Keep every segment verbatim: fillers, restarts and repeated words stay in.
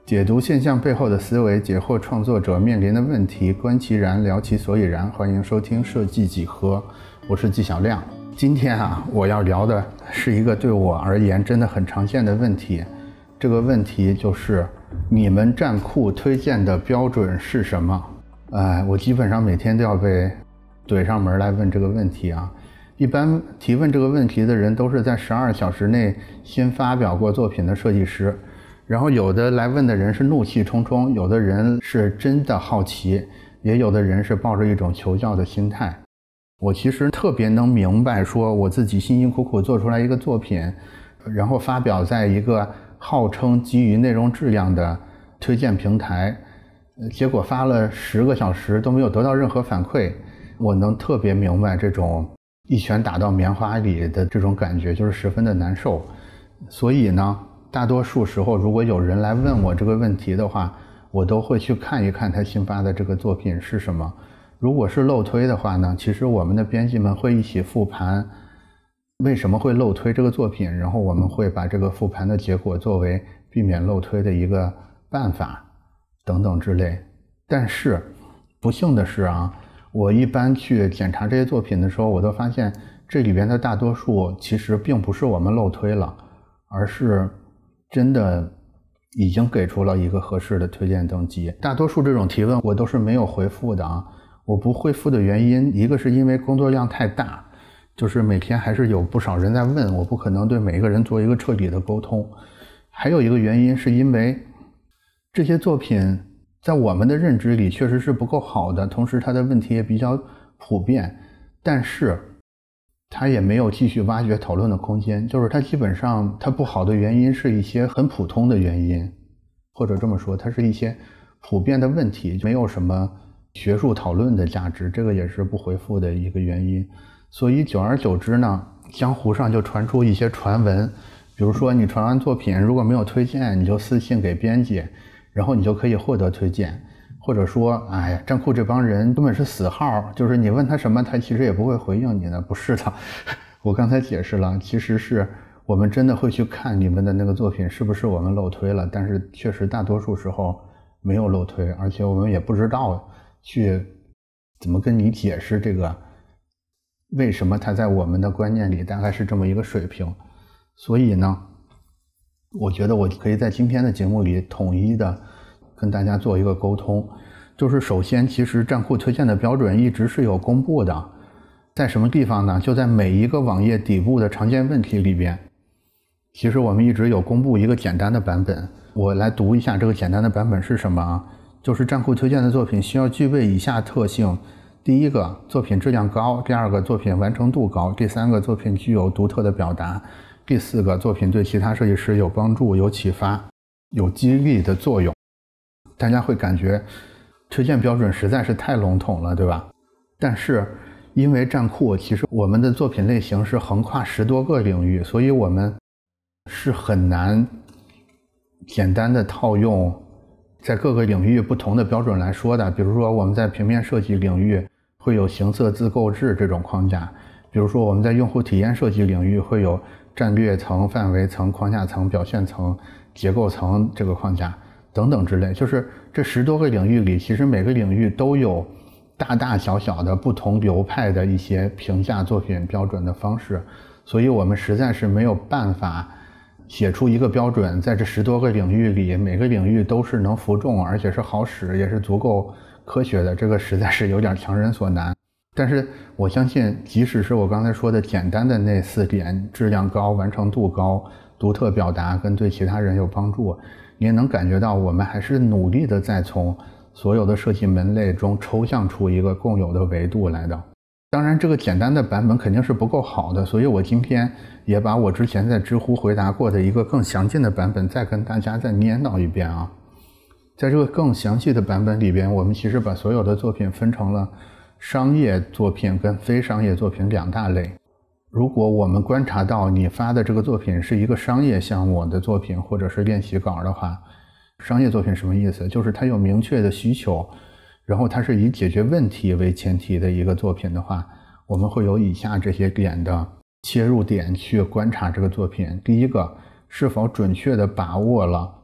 解读现象背后的思维，解惑创作者面临的问题，观其然，聊其所以然。欢迎收听设计几何，我是纪晓亮。今天啊，我要聊的是一个对我而言真的很常见的问题。这个问题就是你们站库推荐的标准是什么？哎，我基本上每天都要被怼上门来问这个问题啊。一般提问这个问题的人都是在十二小时内新发表过作品的设计师。然后有的来问的人是怒气冲冲，有的人是真的好奇，也有的人是抱着一种求教的心态。我其实特别能明白说我自己辛辛苦苦做出来一个作品，然后发表在一个号称基于内容质量的推荐平台，结果发了十个小时都没有得到任何反馈。我能特别明白这种一拳打到棉花里的这种感觉，就是十分的难受。所以呢，大多数时候如果有人来问我这个问题的话，我都会去看一看他新发的这个作品是什么。如果是漏推的话呢，其实我们的编辑们会一起复盘为什么会漏推这个作品，然后我们会把这个复盘的结果作为避免漏推的一个办法等等之类。但是不幸的是啊，我一般去检查这些作品的时候，我都发现这里边的大多数其实并不是我们漏推了，而是真的已经给出了一个合适的推荐等级。大多数这种提问我都是没有回复的啊。我不回复的原因，一个是因为工作量太大，就是每天还是有不少人在问，我不可能对每一个人做一个彻底的沟通。还有一个原因是因为这些作品在我们的认知里确实是不够好的，同时它的问题也比较普遍，但是它也没有继续挖掘讨论的空间。就是它基本上它不好的原因是一些很普通的原因，或者这么说，它是一些普遍的问题，没有什么学术讨论的价值，这个也是不回复的一个原因。所以久而久之呢，江湖上就传出一些传闻，比如说你传完作品如果没有推荐，你就私信给编辑，然后你就可以获得推荐。或者说哎呀，站库这帮人根本是死号，就是你问他什么他其实也不会回应你的。不是的，我刚才解释了，其实是我们真的会去看你们的那个作品是不是我们漏推了，但是确实大多数时候没有漏推，而且我们也不知道去怎么跟你解释这个为什么它在我们的观念里大概是这么一个水平。所以呢，我觉得我可以在今天的节目里统一的跟大家做一个沟通。就是首先，其实站库推荐的标准一直是有公布的，在什么地方呢？就在每一个网页底部的常见问题里边，其实我们一直有公布一个简单的版本。我来读一下这个简单的版本是什么啊？就是站库推荐的作品需要具备以下特性：第一个，作品质量高；第二个，作品完成度高；第三个，作品具有独特的表达；第四个，作品对其他设计师有帮助、有启发、有激励的作用。大家会感觉推荐标准实在是太笼统了，对吧？但是因为站库其实我们的作品类型是横跨十多个领域，所以我们是很难简单的套用在各个领域不同的标准来说的。比如说我们在平面设计领域会有形色自构制这种框架，比如说我们在用户体验设计领域会有战略层、范围层、框架层、表现层、结构层这个框架等等之类。就是这十多个领域里，其实每个领域都有大大小小的不同流派的一些评价作品标准的方式，所以我们实在是没有办法写出一个标准，在这十多个领域里每个领域都是能服众，而且是好使，也是足够科学的，这个实在是有点强人所难。但是我相信即使是我刚才说的简单的那四点，质量高、完成度高、独特表达跟对其他人有帮助，你也能感觉到我们还是努力的在从所有的设计门类中抽象出一个共有的维度来的。当然这个简单的版本肯定是不够好的，所以我今天也把我之前在知乎回答过的一个更详尽的版本再跟大家再念叨一遍啊。在这个更详细的版本里边，我们其实把所有的作品分成了商业作品跟非商业作品两大类。如果我们观察到你发的这个作品是一个商业项目的作品或者是练习稿的话，商业作品什么意思？就是它有明确的需求，然后它是以解决问题为前提的一个作品的话，我们会有以下这些点的切入点去观察这个作品。第一个，是否准确地把握了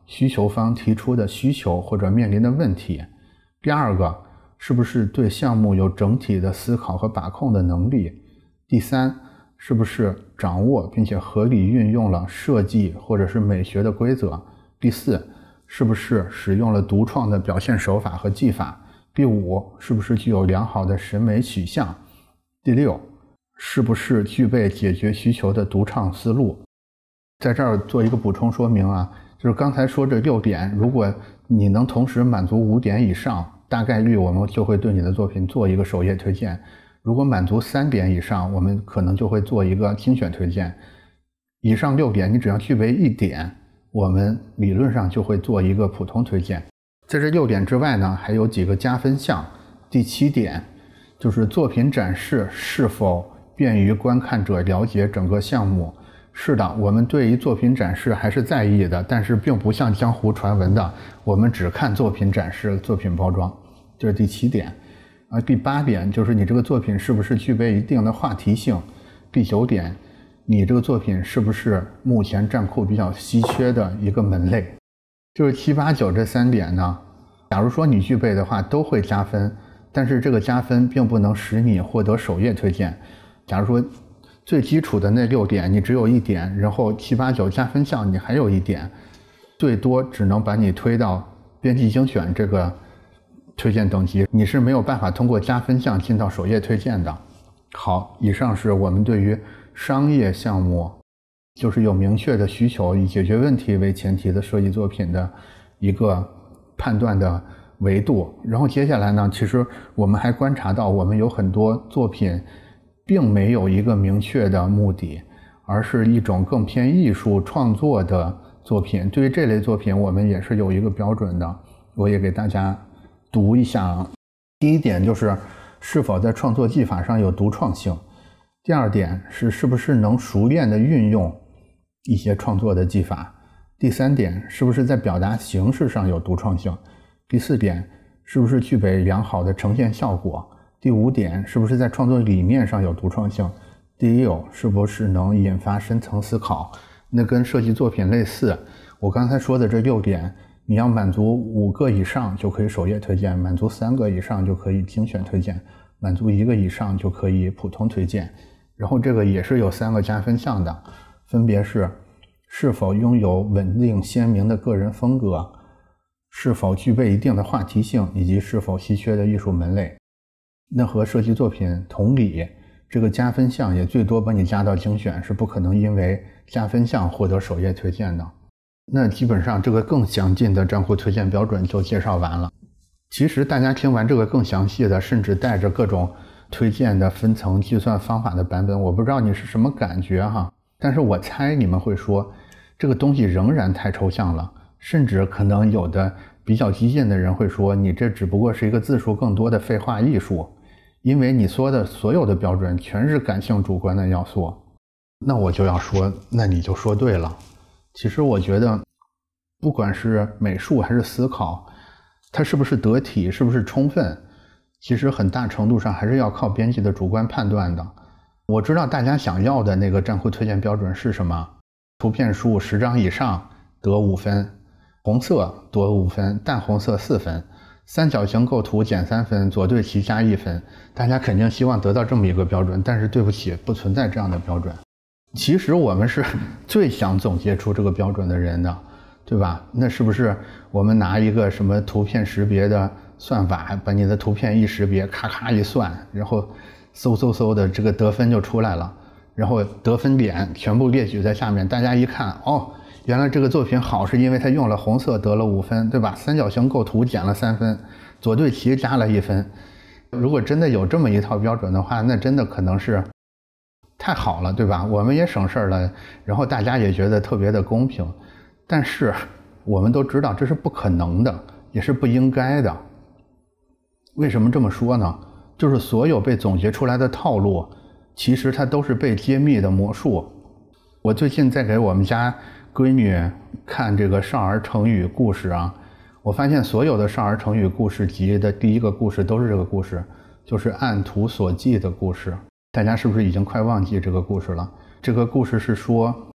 需求方提出的需求或者面临的问题。第二个，是不是对项目有整体的思考和把控的能力。第三，是不是掌握并且合理运用了设计或者是美学的规则。第四，是不是使用了独创的表现手法和技法。第五，是不是具有良好的审美取向。第六，是不是具备解决需求的独创思路。在这儿做一个补充说明啊，就是刚才说这六点，如果你能同时满足五点以上，大概率我们就会对你的作品做一个首页推荐。如果满足三点以上，我们可能就会做一个精选推荐。以上六点你只要具备一点，我们理论上就会做一个普通推荐。在这六点之外呢，还有几个加分项。第七点就是作品展示是否便于观看者了解整个项目。是的，我们对于作品展示还是在意的，但是并不像江湖传闻的我们只看作品展示作品包装。这是第七点。而第八点就是你这个作品是不是具备一定的话题性。第九点，你这个作品是不是目前站库比较稀缺的一个门类。就是七八九这三点呢，假如说你具备的话都会加分，但是这个加分并不能使你获得首页推荐。假如说最基础的那六点你只有一点，然后七八九加分项你还有一点，最多只能把你推到编辑精选这个推荐等级，你是没有办法通过加分项进到首页推荐的。好，以上是我们对于商业项目，就是有明确的需求以解决问题为前提的设计作品的一个判断的维度。然后接下来呢，其实我们还观察到我们有很多作品并没有一个明确的目的，而是一种更偏艺术创作的作品。对于这类作品我们也是有一个标准的，我也给大家读一下。第一点就是是否在创作技法上有独创性。第二点是是不是能熟练的运用一些创作的技法。第三点，是不是在表达形式上有独创性。第四点，是不是具备良好的呈现效果。第五点，是不是在创作理念上有独创性。第六，是不是能引发深层思考。那跟设计作品类似，我刚才说的这六点，你要满足五个以上就可以首页推荐，满足三个以上就可以精选推荐，满足一个以上就可以普通推荐。然后这个也是有三个加分项的，分别是是否拥有稳定鲜明的个人风格，是否具备一定的话题性，以及是否稀缺的艺术门类。那和设计作品同理，这个加分项也最多把你加到精选，是不可能因为加分项获得首页推荐的。那基本上这个更详尽的账户推荐标准就介绍完了。其实大家听完这个更详细的，甚至带着各种推荐的分层计算方法的版本，我不知道你是什么感觉哈，但是我猜你们会说这个东西仍然太抽象了，甚至可能有的比较激进的人会说你这只不过是一个字数更多的废话艺术，因为你说的所有的标准全是感性主观的要素。那我就要说，那你就说对了。其实我觉得不管是美术还是思考，它是不是得体，是不是充分，其实很大程度上还是要靠编辑的主观判断的。我知道大家想要的那个站库推荐标准是什么，图片数十张以上得五分，红色得五分，淡红色四分，三角形构图减三分，左对齐加一分。大家肯定希望得到这么一个标准，但是对不起，不存在这样的标准。其实我们是最想总结出这个标准的人的，对吧？那是不是我们拿一个什么图片识别的算法，把你的图片一识别，咔咔一算，然后嗖嗖嗖的这个得分就出来了，然后得分点全部列举在下面，大家一看，哦，原来这个作品好是因为它用了红色得了五分，对吧？三角形构图减了三分，左对齐加了一分。如果真的有这么一套标准的话，那真的可能是太好了，对吧？我们也省事儿了，然后大家也觉得特别的公平。但是我们都知道这是不可能的，也是不应该的。为什么这么说呢？就是所有被总结出来的套路，其实它都是被揭秘的魔术。我最近在给我们家闺女看这个少儿成语故事啊，我发现所有的少儿成语故事集的第一个故事都是这个故事，就是按图索骥的故事。大家是不是已经快忘记这个故事了？这个故事是说，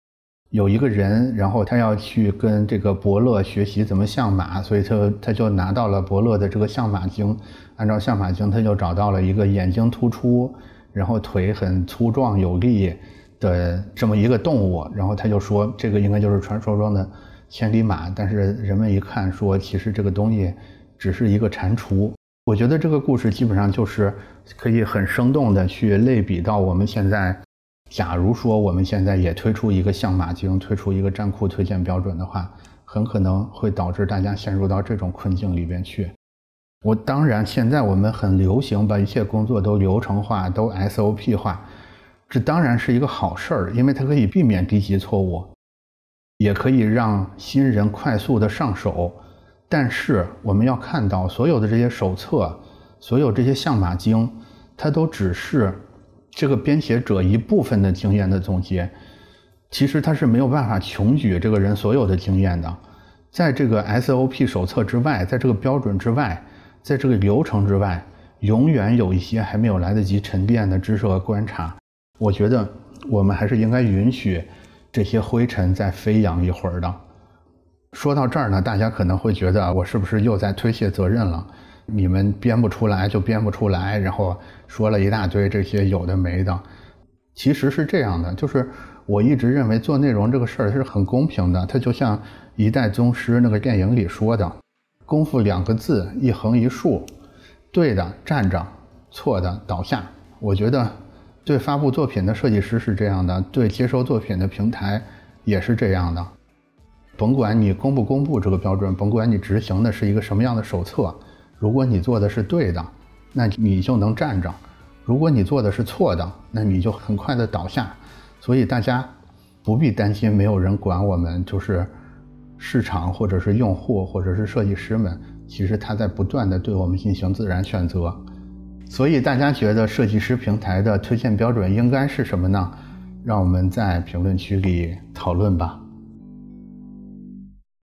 有一个人，然后他要去跟这个伯乐学习怎么相马，所以他他就拿到了伯乐的这个相马经，按照相马经他就找到了一个眼睛突出，然后腿很粗壮有力的这么一个动物，然后他就说这个应该就是传说中的千里马，但是人们一看说其实这个东西只是一个蟾蜍。我觉得这个故事基本上就是可以很生动的去类比到我们现在，假如说我们现在也推出一个相马经，推出一个站库推荐标准的话，很可能会导致大家陷入到这种困境里边去。我当然现在我们很流行把一切工作都流程化，都 S O P 化，这当然是一个好事儿，因为它可以避免低级错误，也可以让新人快速的上手。但是我们要看到所有的这些手册，所有这些相马经，它都只是这个编写者一部分的经验的总结，其实它是没有办法穷举这个人所有的经验的。在这个 S O P 手册之外，在这个标准之外，在这个流程之外，永远有一些还没有来得及沉淀的知识和观察。我觉得我们还是应该允许这些灰尘再飞扬一会儿的。说到这儿呢，大家可能会觉得我是不是又在推卸责任了，你们编不出来就编不出来，然后说了一大堆这些有的没的。其实是这样的，就是我一直认为做内容这个事儿是很公平的，它就像一代宗师那个电影里说的，功夫两个字，一横一竖，对的站着，错的倒下。我觉得对发布作品的设计师是这样的，对接收作品的平台也是这样的。甭管你公不公布这个标准，甭管你执行的是一个什么样的手册，如果你做的是对的，那你就能站着；如果你做的是错的，那你就很快的倒下。所以大家不必担心没有人管我们，就是市场或者是用户或者是设计师们，其实他在不断的对我们进行自然选择。所以大家觉得设计师平台的推荐标准应该是什么呢？让我们在评论区里讨论吧。